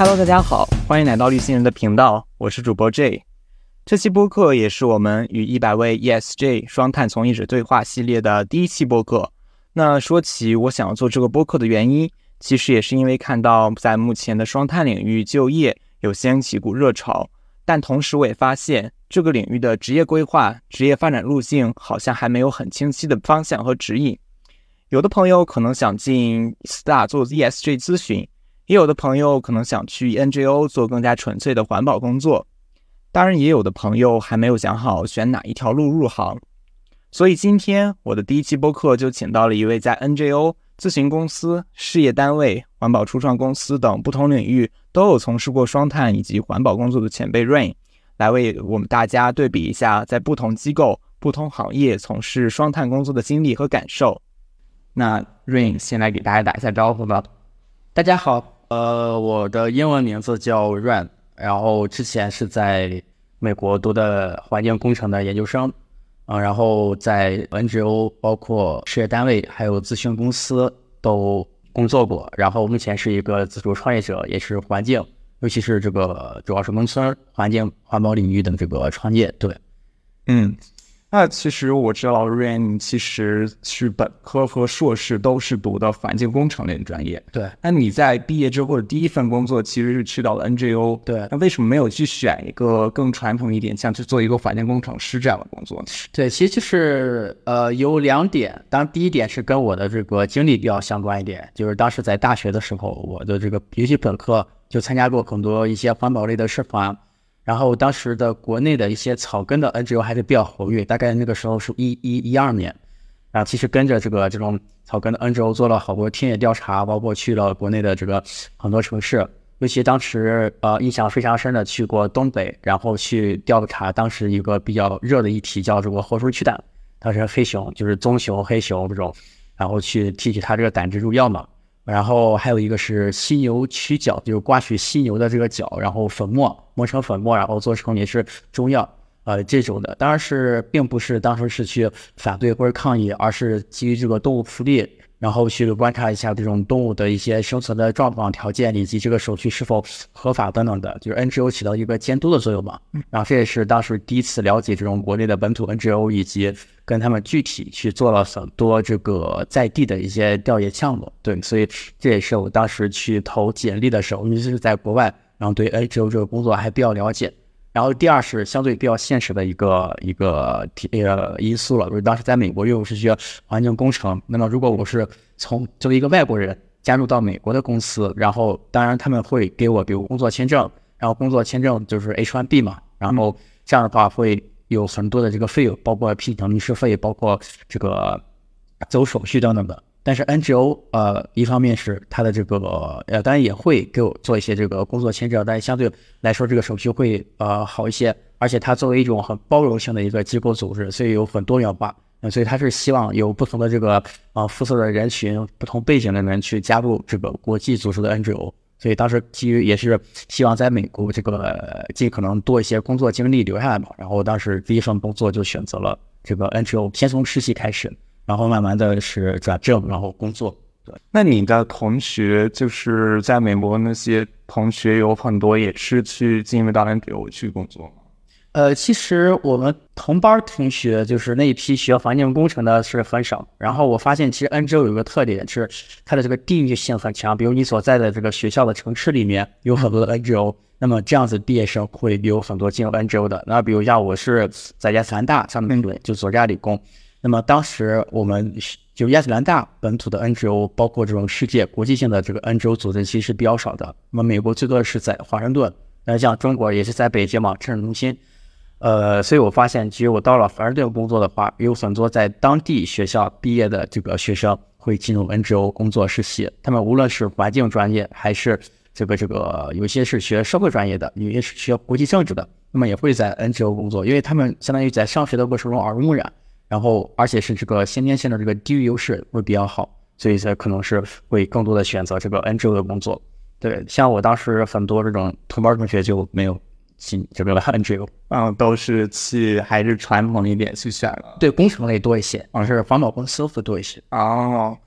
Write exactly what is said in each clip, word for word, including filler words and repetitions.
Hello， 大家好，欢迎来到绿星人的频道，我是主播 J。这期播客也是我们与一百位 E S G 双碳从业者对话系列的第一期播客。那说起我想要做这个播客的原因，其实也是因为看到在目前的双碳领域就业有掀起股热潮，但同时我也发现这个领域的职业规划、职业发展路径好像还没有很清晰的方向和指引。有的朋友可能想进 Star 做 E S G 咨询，也有的朋友可能想去 N G O 做更加纯粹的环保工作，当然也有的朋友还没有想好选哪一条路入行。所以今天我的第一期播客就请到了一位在 N G O、咨询公司、事业单位、环保初创公司等不同领域都有从事过双碳以及环保工作的前辈 Rain， 来为我们大家对比一下在不同机构、不同行业从事双碳工作的经历和感受。那 Rain 先来给大家打一下招呼吧。 大家好，呃，我的英文名字叫 Rain， 然后之前是在美国读的环境工程的研究生，啊、呃，然后在 N G O 包括事业单位还有咨询公司都工作过，然后目前是一个自主创业者，也是环境，尤其是这个主要是农村环境环保领域的这个创业。对， 嗯。那其实我知道 Rain 其实是本科和硕士都是读的环境工程类的专业。 对。 那你在毕业之后的第一份工作其实是去到了 N G O。 对。 那为什么没有去选一个更传统一点，像去做一个环境工程师这样的工作呢？ 对，其实就是呃有两点，当然第一点是跟我的这个经历比较相关一点，就是当时在大学的时候，我的这个尤其本科就参加过很多一些环保类的社团。然后当时的国内的一些草根的 N G O 还是比较活跃，大概那个时候是一一一二年，然后其实跟着这个这种草根的 N G O 做了好多田野调查，包括去了国内的这个很多城市，尤其当时呃印象非常深的去过东北，然后去调查当时一个比较热的议题叫这个活猪驱胆，当时黑熊就是棕熊、黑熊这种，然后去提取它这个胆汁入药嘛。然后还有一个是犀牛驱角，就是刮取犀牛的这个角，然后粉末磨成粉末，然后做成也是中药，呃，这种的。当然是并不是当时是去反对或者抗议，而是基于这个动物福利，然后去观察一下这种动物的一些生存的状况条件，以及这个手续是否合法等等的，就是 N G O 起到一个监督的作用嘛。然后这也是当时第一次了解这种国内的本土 N G O， 以及跟他们具体去做了很多这个在地的一些调研项目。对，所以这也是我当时去投简历的时候，尤其是在国外，然后对 N G O 这个工作还比较了解。然后第二是相对比较现实的一个一个呃因素了，就是当时在美国因为我是学环境工程，那么如果我是从作为一个外国人加入到美国的公司，然后当然他们会给我比如工作签证，然后工作签证就是 H 一 B 嘛，然后这样的话会有很多的这个费用，包括聘请律师费，包括这个走手续等等的。但是 N G O 呃，一方面是它的这个呃，当然也会给我做一些这个工作签证，但是相对来说这个手续会呃好一些，而且它作为一种很包容性的一个机构组织，所以有很多元化，呃、所以它是希望有不同的这个呃肤色的人群、不同背景的人去加入这个国际组织的 N G O。所以当时基于也是希望在美国这个、呃、尽可能多一些工作经历留下来嘛，然后当时第一份工作就选择了这个 N G O， 先从实习开始。然后慢慢的是转正，然后工作。对， 那你的同学就是在美国那些同学有很多也是去进入到 N G O 去工作吗？ 呃，其实我们同班同学就是那一批学环境工程的是很少。然后我发现其实 N G O 有一个特点是它的这个地域性很强，比如你所在的这个学校的城市里面有很多的 N G O， 那么这样子毕业生会有很多进入 N G O 的。那比如像我是在亚特兰大上面就佐治亚理工。那么当时我们就亚特兰大本土的 N G O， 包括这种世界国际性的这个 N G O 组织其实是比较少的。那么美国最多的是在华盛顿，那像中国也是在北京嘛，政治中心。呃，所以我发现其实我到了华盛顿工作的话，有很多在当地学校毕业的这个学生会进入 N G O 工作实习。他们无论是环境专业，还是这个这个有些是学社会专业的，有些是学国际政治的，那么也会在 N G O 工作，因为他们相当于在上学的过程中耳濡目染。然后而且是这个先天性的这个地域优势会比较好，所以才可能是会更多的选择这个 N G O 的工作。对，像我当时很多这种同班同学就没有进这个 N G O， 嗯，都是去还是传统一点去选了。 对，工程类多一些，而是环保公司会多一些。 哦，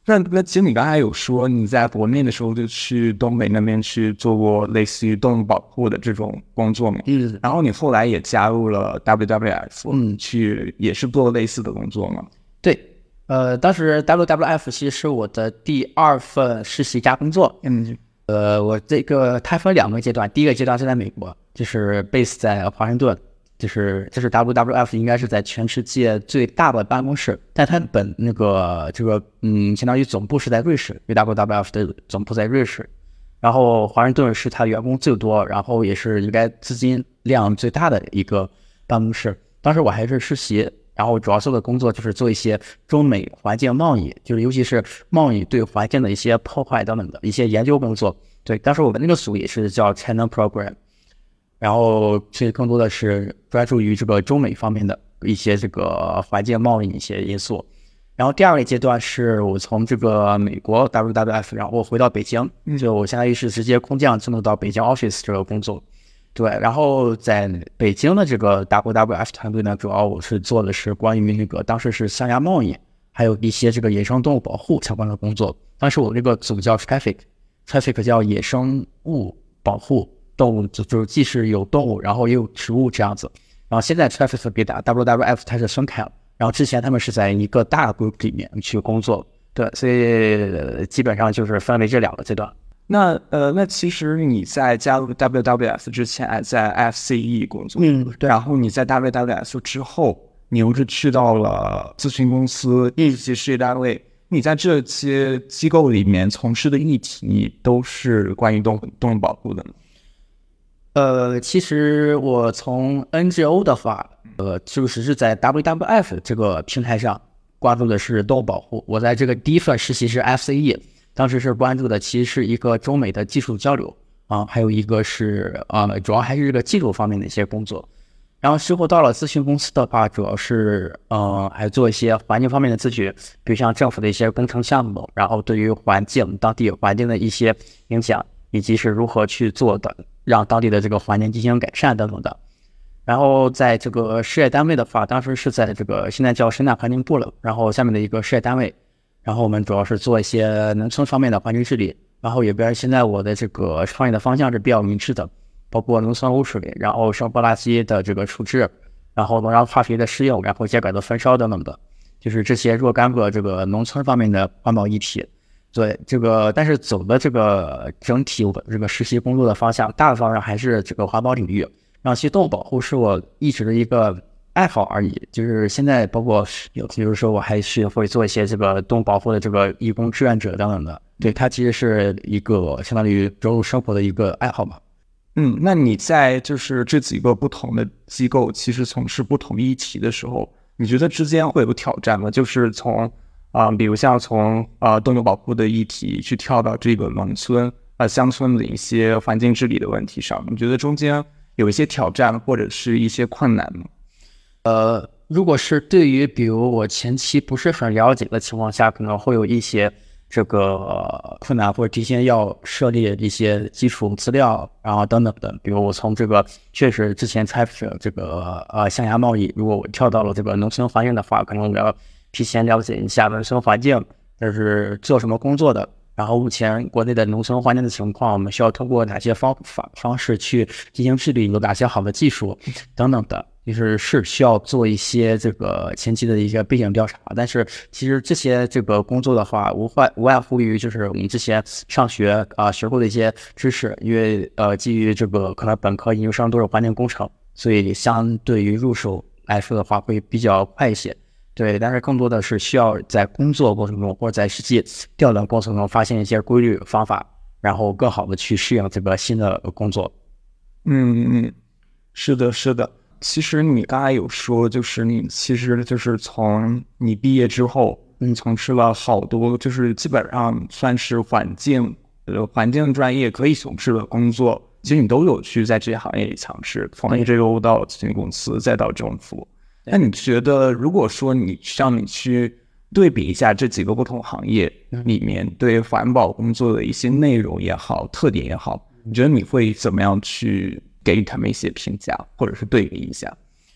那那其实你刚才有说你在国内的时候就去东北那边去做过类似于动物保护的这种工作嘛？ 嗯， 然后你后来也加入了 W W F， 嗯， 去也是做类似的工作嘛？ 对，呃，当时 W W F 其实是我的第二份实习加工作。 嗯， 呃，我这个它分两个阶段，第一个阶段是在美国，就是 base 在华盛顿，就是这是 W W F 应该是在全世界最大的办公室，但它本那个这个嗯，相当于总部是在瑞士，因为 W W F 的总部在瑞士，然后华盛顿是它员工最多，然后也是应该资金量最大的一个办公室。当时我还是实习，然后主要做的工作就是做一些中美环境贸易，就是尤其是贸易对环境的一些破坏等等的一些研究工作。对，当时我们那个组也是叫 China Program， 然后这更多的是专注于这个中美方面的一些这个环境贸易一些因素。然后第二个阶段是我从这个美国 W W F 然后回到北京，就我相当于是直接空降进入到北京 office 这个工作。对，然后在北京的这个 W W F 团队呢，主要我是做的是关于那个当时是象牙贸易，还有一些这个野生动物保护相关的工作。当时我这个组叫 Traffic，Traffic 叫野生物保护动物，就就是既是有动物，然后也有植物这样子。然后现在 Traffic 比 W W F 它是分开了，然后之前他们是在一个大 group 里面去工作。对，所以基本上就是分为这两个阶段。 那呃，那其实你在加入 W W F 之前，在 F C E 工作， 嗯，对。 然后你在 W W F 之后，你又是去到了咨询公司以及事业单位。你在这些机构里面从事的议题都是关于动动物保护的吗？ 呃，其实我从 N G O 的话，呃，就是是在 W W F 这个平台上关注的是动物保护。我在这个第一份实习是 F C E。当时是关注的其实是一个中美的技术交流啊，还有一个是呃，主要还是这个技术方面的一些工作。然后之后到了咨询公司的话，主要是呃，还做一些环境方面的咨询，比如像政府的一些工程项目，然后对于环境、当地环境的一些影响，以及是如何去做的，让当地的这个环境进行改善等等的。然后在这个事业单位的话，当时是在这个现在叫生态环境部了，然后下面的一个事业单位。然后我们主要是做一些农村方面的环境治理，然后也边现在我的这个创业的方向是比较明确的，包括农村污水，然后生活垃圾的这个处置，然后农药化肥的施用，然后秸秆的焚烧等等的，就是这些若干个这个农村方面的环保议题。对这个，但是走的这个整体我这个实习工作的方向，大的方向还是这个环保领域。然后其实动物保护是我一直的一个爱好而已，就是现在包括有，比如说我还是会做一些这个动物保护的这个义工志愿者等等的，对，它其实是一个相当于融入生活的一个爱好嘛。 嗯，那你在就是这几个不同的机构，其实从事不同议题的时候，你觉得之间会有挑战吗？就是从啊、呃，比如像从啊、呃、动物保护的议题去跳到这个农村啊、呃、乡村的一些环境治理的问题上，你觉得中间有一些挑战或者是一些困难吗？ 呃，如果是对于比如我前期不是很了解的情况下，可能会有一些这个困难，或者提前要设立一些基础资料，然后等等的。比如我从这个确实之前采取这个呃象牙贸易，如果我跳到了这个农村环境的话，可能我要提前了解一下农村环境，这是做什么工作的。然后目前国内的农村环境的情况，我们需要通过哪些方法方式去进行治理，有哪些好的技术等等的。就是是需要做一些这个前期的一个背景调查，但是其实这些这个工作的话，无外无外乎于就是我们之前上学啊、呃、学过的一些知识，因为呃基于这个可能本科研究生都是环境工程，所以相对于入手来说的话会比较快一些。对，但是更多的是需要在工作过程中或者在实际调研过程中发现一些规律方法，然后更好的去适应这个新的工作。 嗯嗯，是的，是的。其实你刚才有说，就是你其实就是从你毕业之后，你从事了好多，就是基本上算是环境呃环境专业可以从事的工作，其实你都有去在这些行业里尝试，从 N G O 到咨询公司再到政府。那你觉得，如果说你让你去对比一下这几个不同行业里面对环保工作的一些内容也好、特点也好，你觉得你会怎么样去给予他们一些评价，或者是对比一下？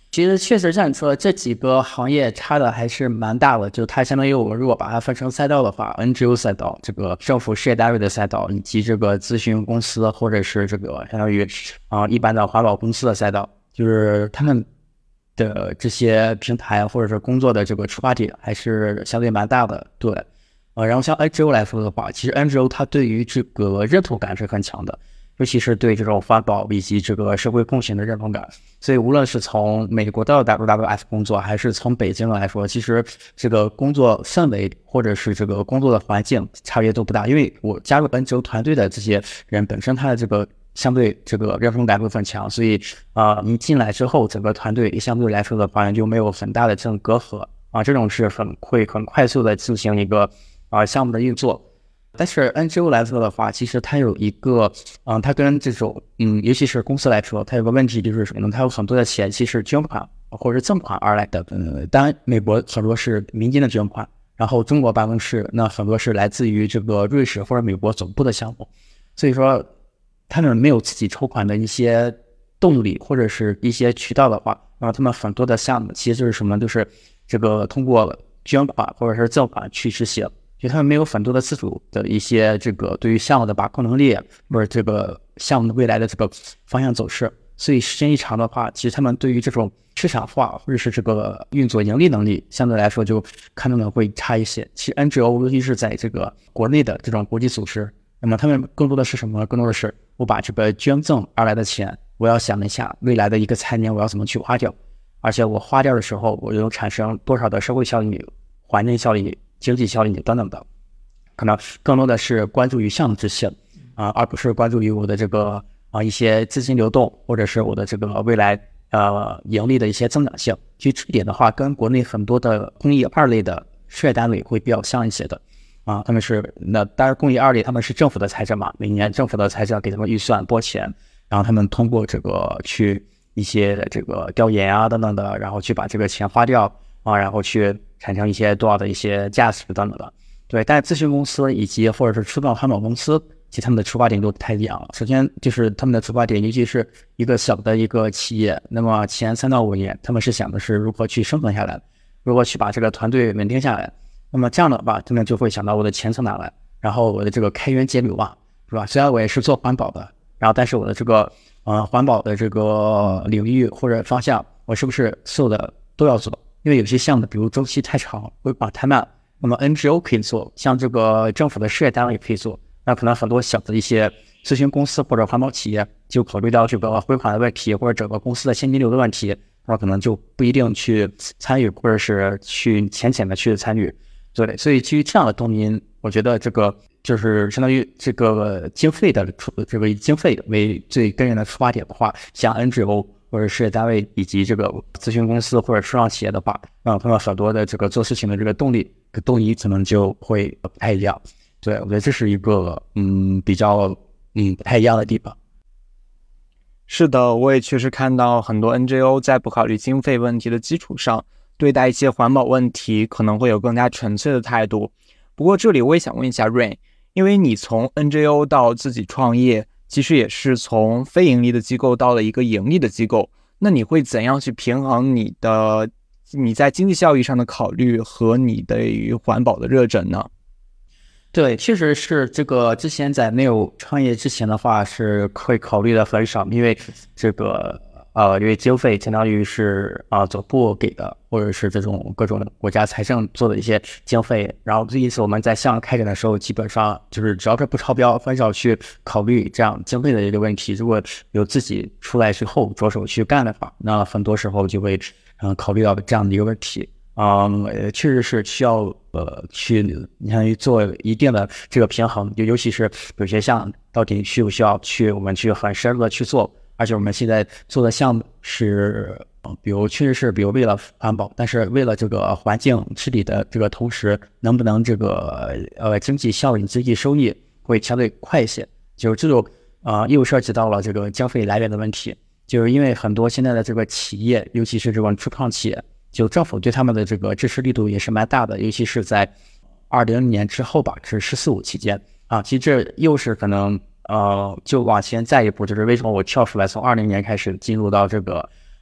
其实确实像你说的，这几个行业差的还是蛮大的。就它相当于我们如果把它分成赛道的话 ，N G O 赛道、这个政府事业单位的赛道，以及这个咨询公司或者是这个相当于啊、呃、一般的环保公司的赛道，就是他们的这些平台或者是工作的这个出发点还是相对蛮大的。对，呃，然后像 N G O 来说的话，其实 N G O 它对于这个认同感是很强的。尤其是对这种环保以及这个社会贡献的认同感，所以无论是从美国的 W W F 工作，还是从北京来说，其实这个工作氛围或者是这个工作的环境差别都不大。因为我加入 N G O 团队的这些人本身，他的这个相对这个认同感会很强，所以啊、呃，你进来之后，整个团队相对来说的话就没有很大的这种隔阂啊，这种是很会很快速的进行一个啊、呃、项目的运作。但是 N G O 来说的话，其实它有一个，嗯，它跟这种，嗯，尤其是公司来说，它有个问题就是什么呢？它有很多的钱其实是捐款或者是赠款而来的。呃，当然，美国很多是民间的捐款，然后中国办公室那很多是来自于这个瑞士或者美国总部的项目，所以说他们没有自己筹款的一些动力或者是一些渠道的话，然后他们很多的项目其实就是什么，就是这个通过捐款或者是赠款去实现。就他们没有很多的自主的一些这个对于项目的把控能力，或者这个项目的未来的这个方向走势，所以时间一长的话，其实他们对于这种市场化或者是这个运作盈利能力相对来说就看到的会差一些。其实 N G O 尤其是在这个国内的这种国际组织，那么他们更多的是什么？更多的是我把这个捐赠而来的钱，我要想一下未来的一个财年我要怎么去花掉，而且我花掉的时候，我又产生多少的社会效益、环境效益、经济效益等等的，可能更多的是关注于项目之性啊、呃，而不是关注于我的这个啊、呃、一些资金流动，或者是我的这个未来呃盈利的一些增长性。其实这一点的话，跟国内很多的公益二类的事业单位会比较像一些的啊，他们是那当然公益二类他们是政府的财政嘛，每年政府的财政给他们预算拨钱，然后他们通过这个去一些这个调研啊等等的，然后去把这个钱花掉啊，然后去产生一些多少的一些价值等等的。对，但是咨询公司以及或者是初创环保公司，其实他们的出发点都不太一样了。首先就是他们的出发点，尤其是一个小的一个企业，那么前三到五年，他们是想的是如何去生存下来，如何去把这个团队稳定下来。那么这样的话，他们就会想到我的钱从哪来，然后我的这个开源节流啊，是吧？虽然我也是做环保的，然后但是我的这个呃环保的这个领域或者方向，我是不是所有的都要做？因为有些项目，比如周期太长，规划太慢，那么 N G O 可以做，像这个政府的事业单位也可以做。那可能很多小的一些咨询公司或者环保企业，就考虑到这个回款的问题，或者整个公司的现金流的问题，那可能就不一定去参与，或者是去浅浅的去参与。对，所以基于这样的动因，我觉得这个就是相当于这个经费的出，这个以经费为最根源的出发点的话，像 N G O 或者事业单位以及这个咨询公司或者初创企业的话，让他们很多的这个做事情的这个动力和动因可能就会不太一样。对，我觉得这是一个嗯比较嗯不太一样的地方。 是的，我也确实看到很多 N G O 在不考虑经费问题的基础上，对待一些环保问题可能会有更加纯粹的态度。不过这里我也想问一下 Rain， 因为你从 N G O 到自己创业，其实也是从非盈利的机构到了一个盈利的机构，那你会怎样去平衡你的你在经济效益上的考虑和你对于环保的热忱呢？ 对，确实是这个。之前在没有创业之前的话，是会考虑的很少，因为这个呃，因为经费相当于是啊、呃、总部给的，或者是这种各种国家财政做的一些经费。然后因此我们在项目开展的时候，基本上就是只要是不超标，很少去考虑这样经费的一个问题。如果有自己出来之后着手去干的话，那很多时候就会嗯、呃、考虑到这样的一个问题。嗯，确实是需要呃去，你看做一定的这个平衡，尤尤其是有些项目到底需不需要去我们去很深入的去做，而且我们现在做的项目是，比如确实是比如为了环保，但是为了这个环境治理的这个同时，能不能这个呃经济效益、经济收益会相对快一些？就是这种啊、呃，又涉及到了这个经费来源的问题，就是因为很多现在的这个企业，尤其是这种初创企业。就政府对他们的这个支持力度也是蛮大的，尤其是在二零年之后吧，是十四五期间啊。其实这又是可能呃，就往前再一步，就是为什么我跳出来从二零年开始进入到这个啊、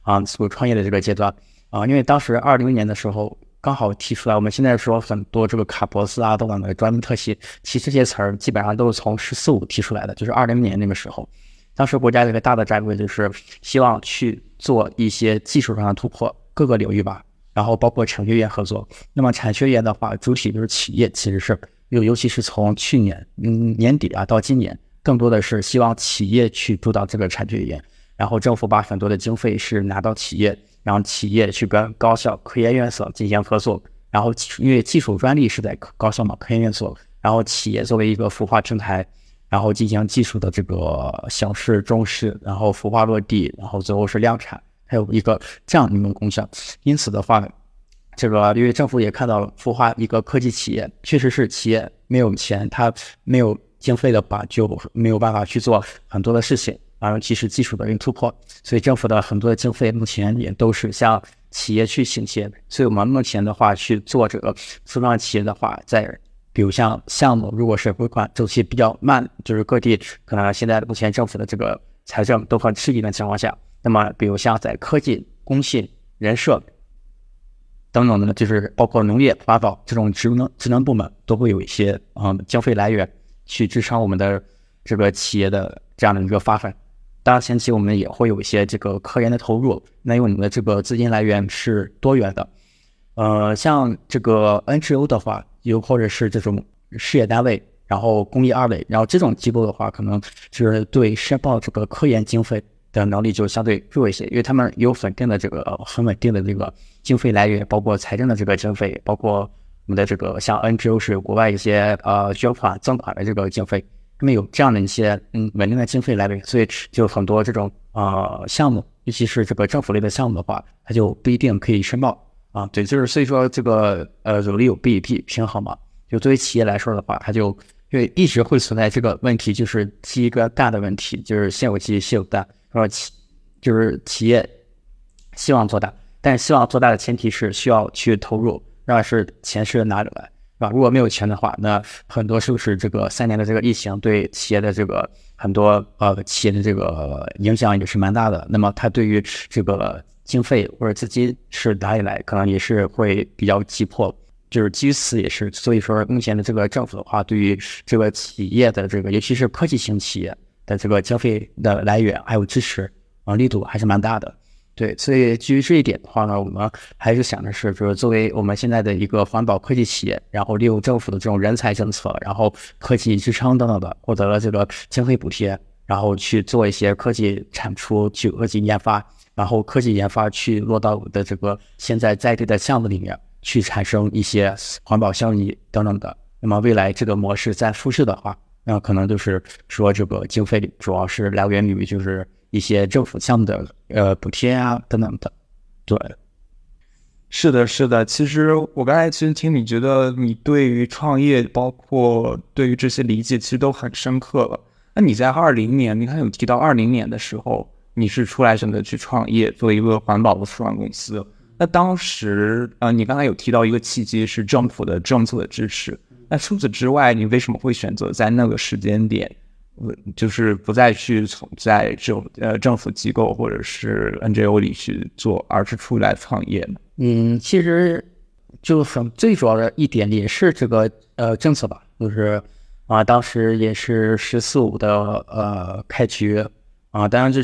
啊自主创业的这个阶段啊，因为当时二零年的时候刚好提出来，我们现在说很多这个卡脖子啊等等的专门特性，其实这些词儿基本上都是从十四五提出来的，就是二零年那个时候。当时国家有一个大的战略，就是希望去做一些技术上的突破，各个领域吧，然后包括产学研合作。那么产学研的话，主体就是企业，其实是尤尤其是从去年嗯年底啊到今年，更多的是希望企业去主导这个产学研，然后政府把很多的经费是拿到企业，让企业去跟高校、科研院所进行合作。然后因为技术专利是在高校嘛、科研院所，然后企业作为一个孵化平台。然后进行技术的这个小试、中试，然后孵化落地，然后最后是量产，还有一个这样一个功效。因此的话，这个因为政府也看到了孵化一个科技企业，确实是企业没有钱，它没有经费的话，就没有办法去做很多的事情，啊，尤其是技术的一个突破。所以政府的很多的经费目前也都是向企业去倾斜。所以我们目前的话去做这个初创企业的话，在比如像项目，如果是回款周期比较慢，就是各地可能现在目前政府的这个财政都很吃紧的情况下，那么比如像在科技、工信、人社等等的，就是包括农业、环保这种职能职能部门，都会有一些嗯经费来源去支撑我们的这个企业的这样的一个发展。当然，前期我们也会有一些这个科研的投入，那因为我们的这个资金来源是多元的。呃，像这个 N G O 的话，又或者是这种事业单位，然后公益二类，然后这种机构的话，可能就是对申报这个科研经费的能力就相对弱一些，因为他们有稳定的这个很稳定的这个经费来源，包括财政的这个经费，包括我们的这个像 N G O 是国外一些呃捐款赠款的这个经费，他们有这样的一些嗯稳定的经费来源，所以就很多这种呃项目，尤其是这个政府类的项目的话，它就不一定可以申报。啊，对，就是所以说这个呃有利有弊，弊平衡嘛。就作为企业来说的话，它就因为一直会存在这个问题，就是第一个大的问题就是先有鸡先有蛋，说企就是企业希望做大，但是希望做大的前提是需要去投入，让是钱是拿着来，是吧？如果没有钱的话，那很多是不是这个三年的这个疫情对企业的这个很多呃企业的这个影响也是蛮大的。那么它对于这个经费或者资金是哪里来，可能也是会比较急迫，就是基于此也是，所以说目前的这个政府的话，对于这个企业的这个，尤其是科技型企业的这个经费的来源还有支持啊、呃、力度还是蛮大的。对，所以基于这一点的话呢，我们还是想的是，就是作为我们现在的一个环保科技企业，然后利用政府的这种人才政策，然后科技支撑等等的，获得了这个经费补贴，然后去做一些科技产出，去科技研发。然后科技研发去落到我的这个现在在地的项目里面，去产生一些环保效益等等的。那么未来这个模式再复制的话，那可能就是说这个经费主要是来源于就是一些政府项目的呃补贴啊等等的。对， 是的，是的。其实我刚才其实听你觉得你对于创业，包括对于这些理解，其实都很深刻了。那你在二零年，你看有提到二零年的时候。你是出来选择去创业，做一个环保的初创公司。那当时，呃，你刚才有提到一个契机是政府的政策的支持。那除此之外，你为什么会选择在那个时间点，呃、就是不再去从在这种呃政府机构或者是 N G O 里去做，而是出来创业呢？ 嗯，其实就很最主要的一点也是这个呃政策吧，就是啊，当时也是十四五的呃开局。啊，当然就是，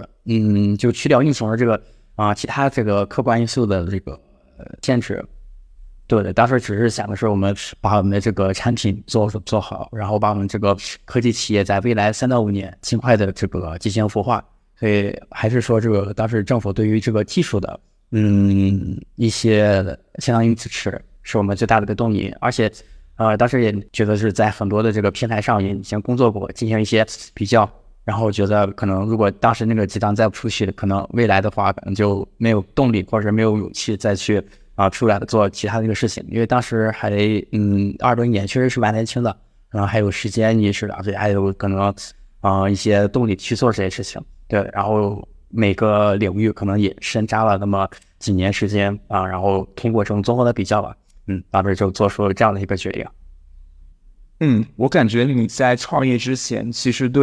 嗯，就去掉疫情的这个啊，其他这个客观因素的这个呃限制，对的。当时只是想的是，我们把我们的这个产品做做好，然后把我们这个科技企业在未来三到五年尽快的这个进行孵化。所以还是说，这个当时政府对于这个技术的，嗯，一些相当于支持，是我们最大的一个动力。而且，呃，当时也觉得是在很多的这个平台上也已经工作过，进行一些比较。然后觉得可能如果当时那个鸡汤再不出去，可能未来的话可能就没有动力或者没有勇气再去啊出来做其他的一个事情，因为当时还嗯二零年确实是蛮年轻的，然后还有时间意识，而且还有可能啊、呃、一些动力去做这些事情。对，然后每个领域可能也深扎了那么几年时间啊，然后通过这种综合的比较吧，嗯，当时就做出了这样的一个决定。 嗯，我感觉你在创业之前，其实对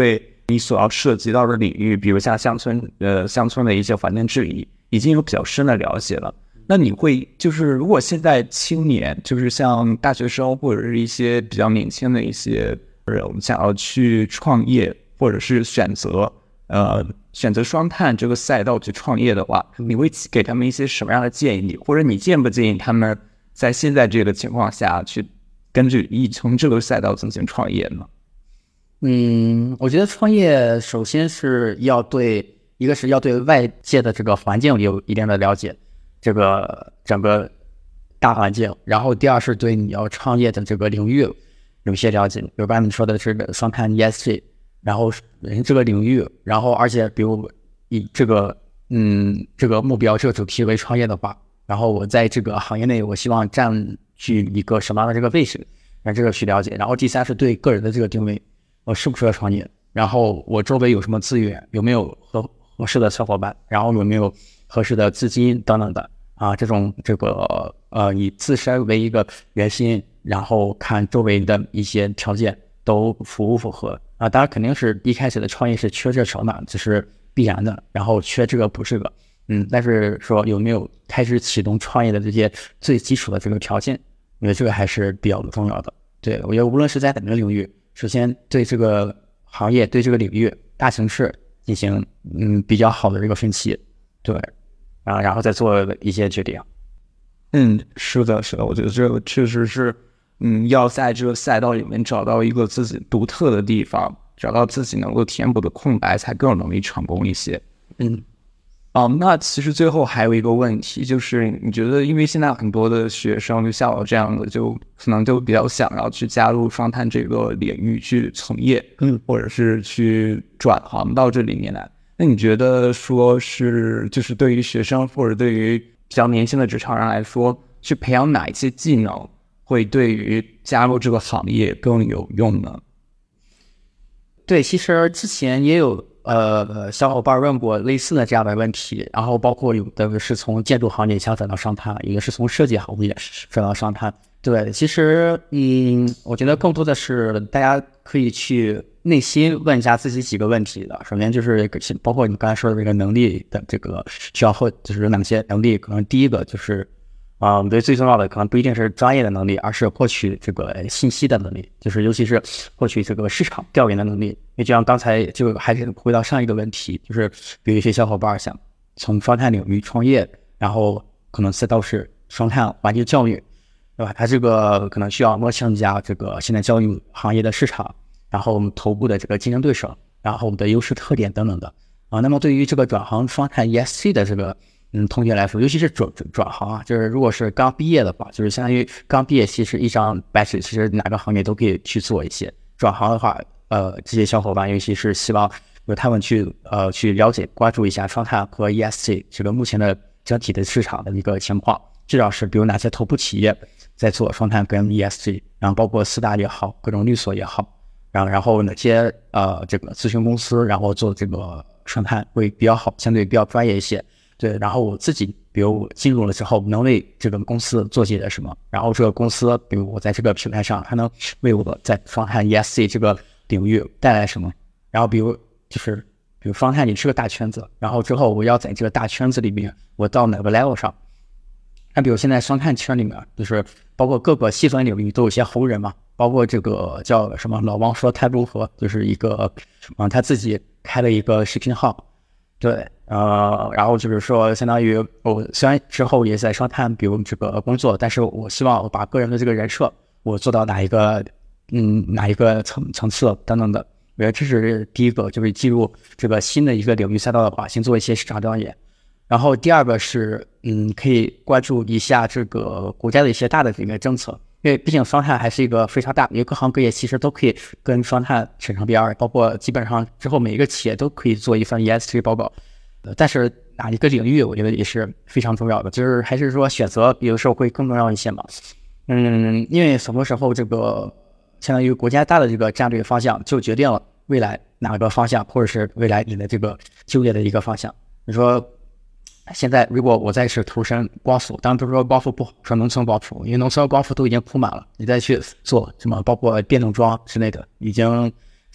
你所要涉及到的领域，比如像乡村呃乡村的一些环境治理，已经有比较深的了解了。那你会就是如果现在青年，就是像大学生或者是一些比较年轻的一些人想要去创业，或者是选择呃选择双碳这个赛道去创业的话，你会给他们一些什么样的建议，或者你建不建议他们在现在这个情况下去根据一从这个赛道进行创业呢？ 嗯，我觉得创业首先是要对，一个是要对外界的这个环境有一定的了解，这个整个大环境，然后第二是对你要创业的这个领域有一些了解，比如刚才你说的这个双碳 E S G， 然后这个领域，然后而且比如以这个嗯这个目标这个主题为创业的话，然后我在这个行业内我希望占据一个什么样的这个位置，让这个去了解，然后第三是对个人的这个定位，我适不适合创业，然后我周围有什么资源，有没有合合适的小伙伴，然后有没有合适的资金等等的啊，这种这个呃以自身为一个圆心，然后看周围的一些条件都符不符合啊。当然肯定是一开始的创业是缺这少嘛，这是必然的，然后缺这个不是个嗯，但是说有没有开始启动创业的这些最基础的这个条件，我觉得这个还是比较重要的。对，我觉得无论是在哪个领域，首先对这个行业对这个领域大形势进行嗯比较好的这个分析，对啊，然后再做一些决定。 嗯，是的，是的，我觉得这个确实是，嗯，要在这个赛道里面找到一个自己独特的地方，找到自己能够填补的空白，才更容易成功一些。 嗯。 哦，那其实最后还有一个问题，就是你觉得，因为现在很多的学生，就像我这样的，就可能就比较想要去加入双碳这个领域去从业，嗯，或者是去转行到这里面来。那你觉得说是，就是对于学生或者对于比较年轻的职场人来说，去培养哪一些技能会对于加入这个行业更有用呢？ 对，其实之前也有呃小伙伴问过类似的这样的问题，然后包括有的是从建筑行业想转到商碳，有的是从设计行业转到商碳。对，其实嗯，我觉得更多的是大家可以去内心问一下自己几个问题的。首先就是包括你刚才说的这个能力的这个需要后，就是有哪些能力？可能第一个就是啊，我觉得最重要的可能不一定是专业的能力，而是获取这个信息的能力，就是尤其是获取这个市场调研的能力。因为就像刚才就还是回到上一个问题，就是比如一些小伙伴想从双碳领域创业，然后可能赛道是双碳环境教育，对吧？它这个可能需要摸清一下这个现在教育行业的市场，然后我们头部的这个竞争对手，然后我们的优势特点等等的啊。那么对于这个转行双碳 E S G 的这个嗯，同学来说，尤其是转转行啊，就是如果是刚毕业的话，就是相当于刚毕业，其实一张白纸，其实哪个行业都可以去做一些。转行的话，呃，这些小伙伴尤其是希望由他们去呃去了解、关注一下双碳和 E S G 这个目前的整体的市场的一个情况，至少是比如哪些头部企业在做双碳跟 E S G， 然后包括四大也好，各种律所也好，然后然后哪些呃这个咨询公司，然后做这个双碳会比较好，相对比较专业一些。对，然后我自己，比如我进入了之后，能为这个公司做些什么？然后这个公司，比如我在这个平台上，还能为我在双碳 E S G 这个领域带来什么？然后比如就是，比如双碳你是个大圈子，然后之后我要在这个大圈子里面，我到哪个 level 上？那比如现在双碳圈里面，就是包括各个细分领域都有些红人嘛，包括这个叫什么老王说碳中和，就是一个啊他自己开了一个视频号。对，呃，然后就是说，相当于我虽然之后也在双碳，比如这个工作，但是我希望我把个人的这个人设，我做到哪一个，嗯，哪一个层层次等等的。我觉得这是第一个，就是进入这个新的一个领域赛道的话，先做一些市场调研。然后第二个是，嗯，可以关注一下这个国家的一些大的这个政策。因为毕竟双碳还是一个非常大，因为各行各业其实都可以跟双碳扯上边儿，包括基本上之后每一个企业都可以做一份 E S G 报告。呃，但是哪一个领域，我觉得也是非常重要的，就是还是说选择有的时候会更重要一些嘛。嗯，因为很多时候这个相当于国家大的这个战略方向就决定了未来哪个方向，或者是未来你的这个就业的一个方向。你说。现在如果我再是投身光伏，当然不是说光伏不好，说农村光伏，因为农村光伏都已经铺满了，你再去做什么包括电动桩之类的，已经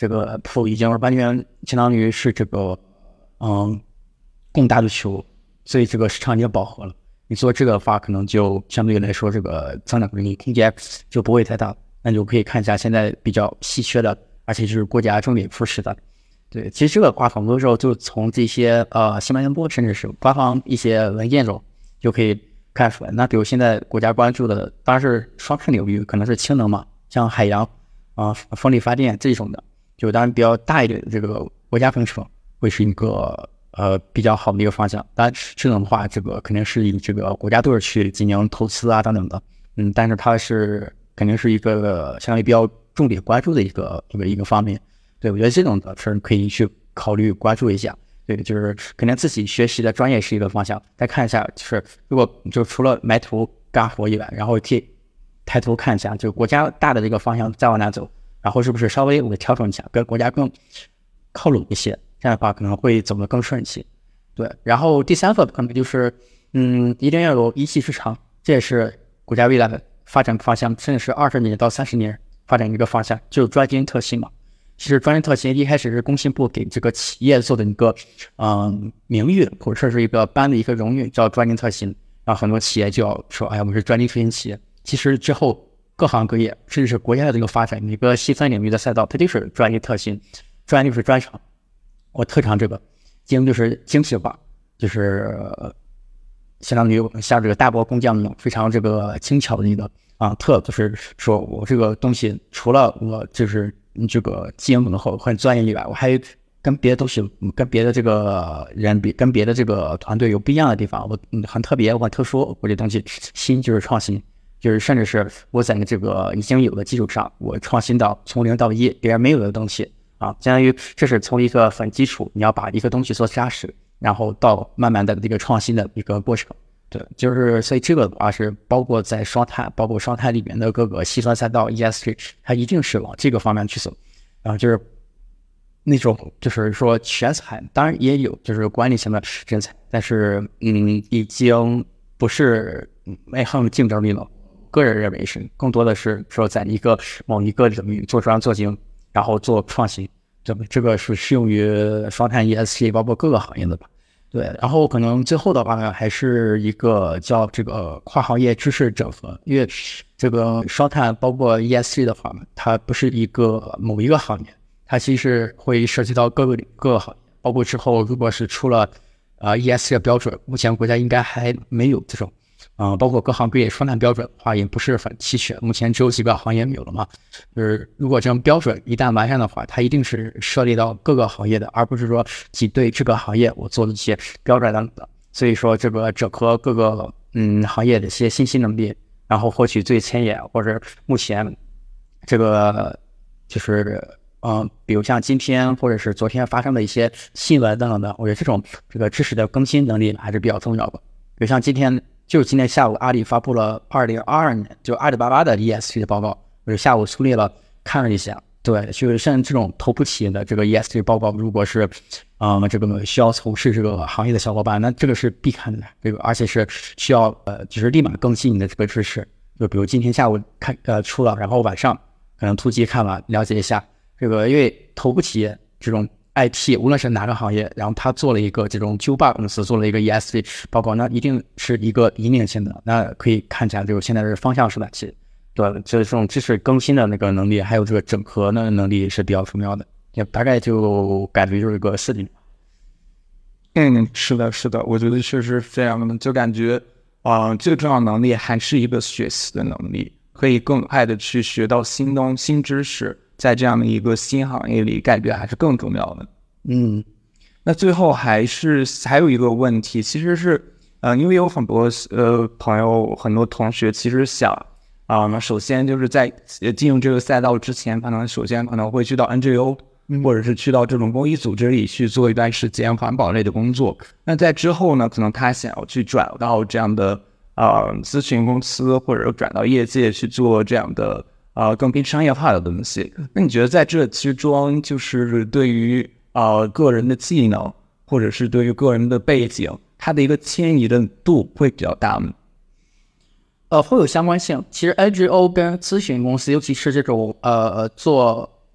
这个铺已经完全相当于是这个嗯供大的球，所以这个市场已经饱和了。你做这个的话，可能就相对来说这个增长的空间就不会太大。那就可以看一下现在比较稀缺的，而且是国家重点扶持的。对，其实这个话很多时候就从这些呃新闻联播甚至是官方一些文件中就可以看出来。那比如现在国家关注的当然是双碳领域，可能是氢能嘛，像海洋啊、呃、风力发电这种的，就当然比较大一点的这个国家工程会是一个呃比较好的一个方向。当然这种的话，这个肯定是以这个国家队去进行投资啊等等的，嗯，但是它是肯定是一个相当于比较重点关注的一个一个一个方面。对，我觉得这种的是可以去考虑关注一下。对，就是肯定自己学习的专业是一个方向，再看一下，就是如果就除了埋头干活以外，然后可以抬头看一下，就国家大的这个方向再往哪走，然后是不是稍微我调整一下，跟国家更靠拢一些，这样的话可能会走得更顺一些。对，然后第三个可能就是，嗯，一定要有一技之长，这也是国家未来的发展方向，甚至是二十年到三十年发展一个方向，就是专精特新嘛。其实专精特新一开始是工信部给这个企业做的一个嗯名誉或者说是一个颁的一个荣誉，叫专精特新，然后很多企业就要说，哎呀，我们是专精特新企业。其实之后各行各业甚至是国家的这个发展，每个细分领域的赛道，它就是专精特新，专就是专长，我特长这个，精就是精细化，就是相当于我们像这个大波工匠一样非常这个精巧的一个啊特，就是说我这个东西除了我就是这个技能很很专业以外，我还跟别的东西跟别的这个人比，跟别的这个团队有不一样的地方，我很特别，我很特殊，我这东西新就是创新，就是甚至是我在这个已经有的基础上，我创新到从零到一，别人没有的东西啊，相当于这是从一个很基础，你要把一个东西做扎实，然后到慢慢的这个创新的一个过程。对，就是所以这个的话是包括在双碳，包括双碳里面的各个细分赛道 E S G， 它一定是往这个方面去走，然后就是那种就是说全才，当然也有就是管理型的人才，但是嗯，已经不是没很有竞争力了。个人认为是更多的是说在一个某一个领域做专做精，然后做创新，这个这个是适用于双碳 E S G 包括各个行业的吧。对，然后可能最后的话呢，还是一个叫这个跨行业知识整合，因为这个双碳包括 E S G 的话，它不是一个某一个行业，它其实会涉及到各个各个行业，包括之后如果是出了呃 E S G 的标准，目前国家应该还没有这种，嗯、呃，包括各行各业双碳标准的话，也不是很齐全，目前只有几个行业没有了嘛。就是如果这种标准一旦完善的话，它一定是涉猎到各个行业的，而不是说只对这个行业我做一些标准等等。所以说这个整合各个嗯行业的一些信息能力，然后获取最前沿或者目前这个就是嗯、呃，比如像今天或者是昨天发生的一些新闻等等的，我觉得这种这个知识的更新能力还是比较重要的。比如像今天就是今天下午阿里发布了二零二二年就阿里巴巴的 E S G 的报告。我下午粗略了看了一下，对，就是像这种头部企业的这个 E S G 报告，如果是，嗯，这个需要从事这个行业的小伙伴，那这个是必看的，这个而且是需要呃，就是立马更新你的这个知识。就比如今天下午看呃出了，然后晚上可能突击看完，了解一下这个，因为头部企业这种 I T 无论是哪个行业，然后他做了一个这种九八公司做了一个 E S G 报告，那一定是一个引领性的，那可以看一下这个现在的方向是哪些。对，就是这种知识更新的那个能力，还有这个整合的能力是比较重要的。也大概就感觉就是一个四点。 嗯，是的，是的，我觉得确实这样的，就感觉啊、呃，最重要的能力还是一个学习的能力，可以更快的去学到新东新知识，在这样的一个新行业里，感觉还是更重要的。 嗯， 那最后还是还有一个问题，其实是呃，因为有很多呃朋友、很多同学其实想啊，那、呃、首先就是在进入这个赛道之前，可能首先可能会去到 N G O。或者是去到这种公益组织里去做一段时间环保类的工作，那在之后呢，可能他想要去转到这样的呃咨询公司，或者转到业界去做这样的呃更偏商业化的东西。那你觉得在这之中，就是对于呃个人的技能，或者是对于个人的背景，它的一个迁移的度会比较大吗？ 呃，会有相关性。其实 N G O 跟咨询公司，尤其是这种呃做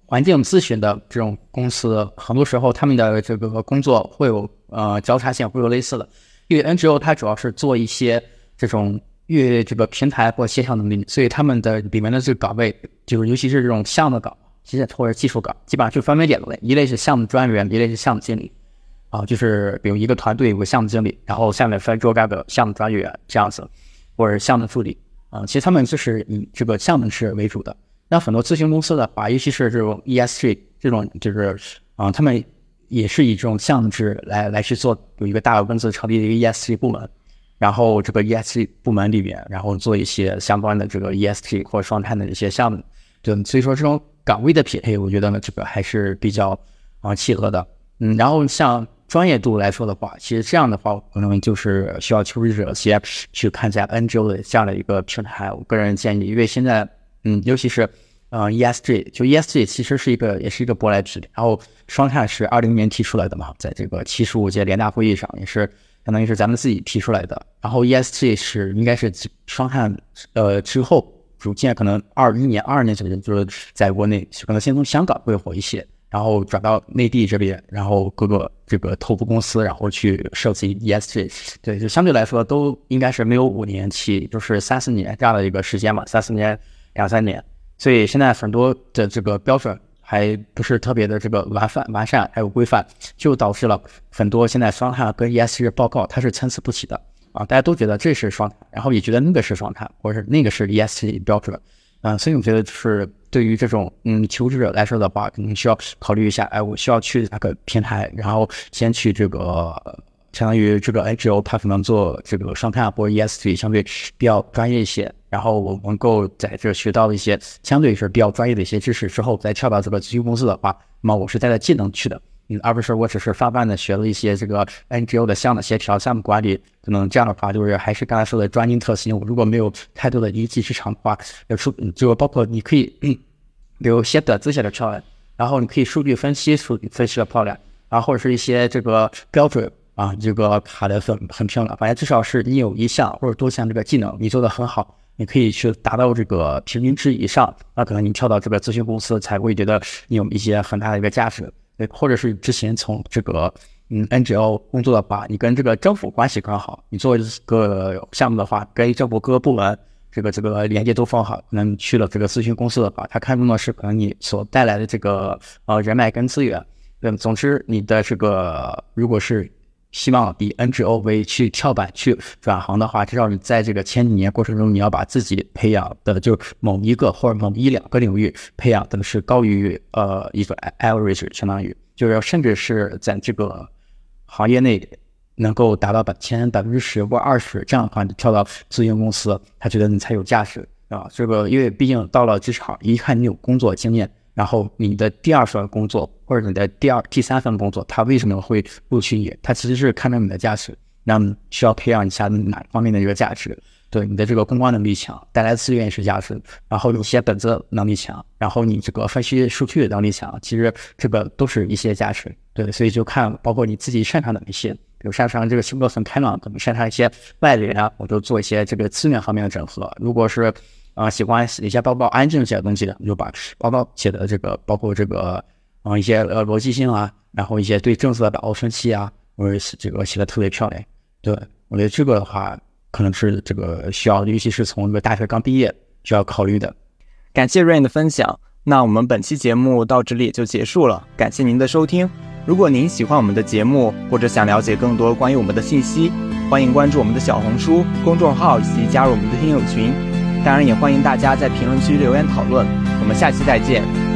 环境咨询的这种公司，很多时候他们的这个工作会有呃交叉性，会有类似的。因为 N G O 它主要是做一些这种越这个平台或协调能力，所以他们的里面的这个岗位，就是尤其是这种项目岗，其实或者技术岗，基本上就分为两类，一类是项目专员，一类是项目经理。啊，就是比如一个团队有个项目经理，然后下面分若干个项目专员这样子，或者项目助理啊，其实他们就是以这个项目制为主的。那很多咨询公司的话，尤其是这种 E S G 这种，就是啊，他们也是以这种项目制来来去做，有一个大的公司成立一个 E S G 部门，然后这个 E S G 部门里面，然后做一些相关的这个 E S G 或者双碳的一些项目。对，所以说这种岗位的匹配，我觉得呢，这个还是比较啊契合的。嗯，然后像专业度来说的话，其实这样的话，可能就是需要求职者先去看一下 N G O 的这样的一个平台。我个人建议，因为现在，嗯，尤其是呃 E S G， 就 E S G 其实是一个也是一个舶来品，然后双碳是二零年提出来的嘛，在这个七十五届联大会议上也是相当于是咱们自己提出来的。然后 E S G 是应该是双碳呃之后逐渐可能二一年、二二年左右，就是在国内可能先从香港会火一些。然后转到内地这边，然后各个这个头部公司，然后去设计 E S G， 对，就相对来说都应该是没有五年期，就是三四年这样的一个时间嘛，三四年、两三年。所以现在很多的这个标准还不是特别的这个完善、完善还有规范，就导致了很多现在双碳跟 E S G 报告它是参差不齐的啊，大家都觉得这是双碳，然后也觉得那个是双碳，或者是那个是 E S G 标准。啊、呃，所以我觉得就是对于这种嗯求职者来说的话，可能需要考虑一下，哎，我需要去哪个平台，然后先去这个相当于这个 N G O， 它可能做这个双碳或者 E S G 相对比较专业一些，然后我能够在这学到一些相对是比较专业的一些知识之后，再跳到这个咨询公司的话，那么我是带着技能去的。嗯，而不是我只是泛泛的学了一些这个 N G O 的项目协调、项目管理，可能这样的话就是还是刚才说的专精特新。我如果没有太多的一技之长的话，数就包括你可以，嗯、比如写短字写的漂亮，然后你可以数据分析，数据分析的漂亮，然后或者是一些这个标准啊，这个卡的很很漂亮。反正至少是你有一项或者多项这个技能你做的很好，你可以去达到这个平均值以上，那可能你跳到这个咨询公司才会觉得你有一些很大的一个价值。对，或者是之前从这个嗯 N G O 工作的话，你跟这个政府关系更好，你做一个项目的话，跟政府各个部门这个这个连接都放好。可能你去了这个咨询公司的话，他看重的是可能你所带来的这个呃人脉跟资源。嗯，总之你的这个如果是希望以 N G O 为去跳板去转行的话，至少你在这个前几年过程中，你要把自己培养的就某一个或者某一两个领域培养的是高于呃一个 average， 相当于就是甚至是在这个行业内能够达到前百分之十或二十，这样的话你跳到咨询公司，他觉得你才有价值啊。这个因为毕竟到了职场，一看你有工作经验。然后你的第二份工作或者你的第二、第三份工作，他为什么会录取你？他其实是看到你的价值，那么需要培养一下哪方面的一个价值？对，你的这个公关能力强，带来资源也是价值，然后你写本子能力强，然后你这个分析数据能力强，其实这个都是一些价值。对，所以就看包括你自己擅长的一些，比如擅长这个性格很开朗，可能擅长一些外联啊，我就做一些这个资源方面的整合。如果是啊、呃，喜欢写一些报告安静写的东西的，你就把报告写的这个，包括这个啊、呃、一些呃逻辑性啊，然后一些对政策的把握分析啊，或者这个写的特别漂亮。对，我觉得这个的话，可能是这个需要，尤其是从这个大学刚毕业需要考虑的。 感谢 Rain 的分享，那我们本期节目到这里也就结束了，感谢您的收听。如果您喜欢我们的节目，或者想了解更多关于我们的信息，欢迎关注我们的小红书、公众号以及加入我们的听友群。当然也欢迎大家在评论区留言讨论，我们下期再见。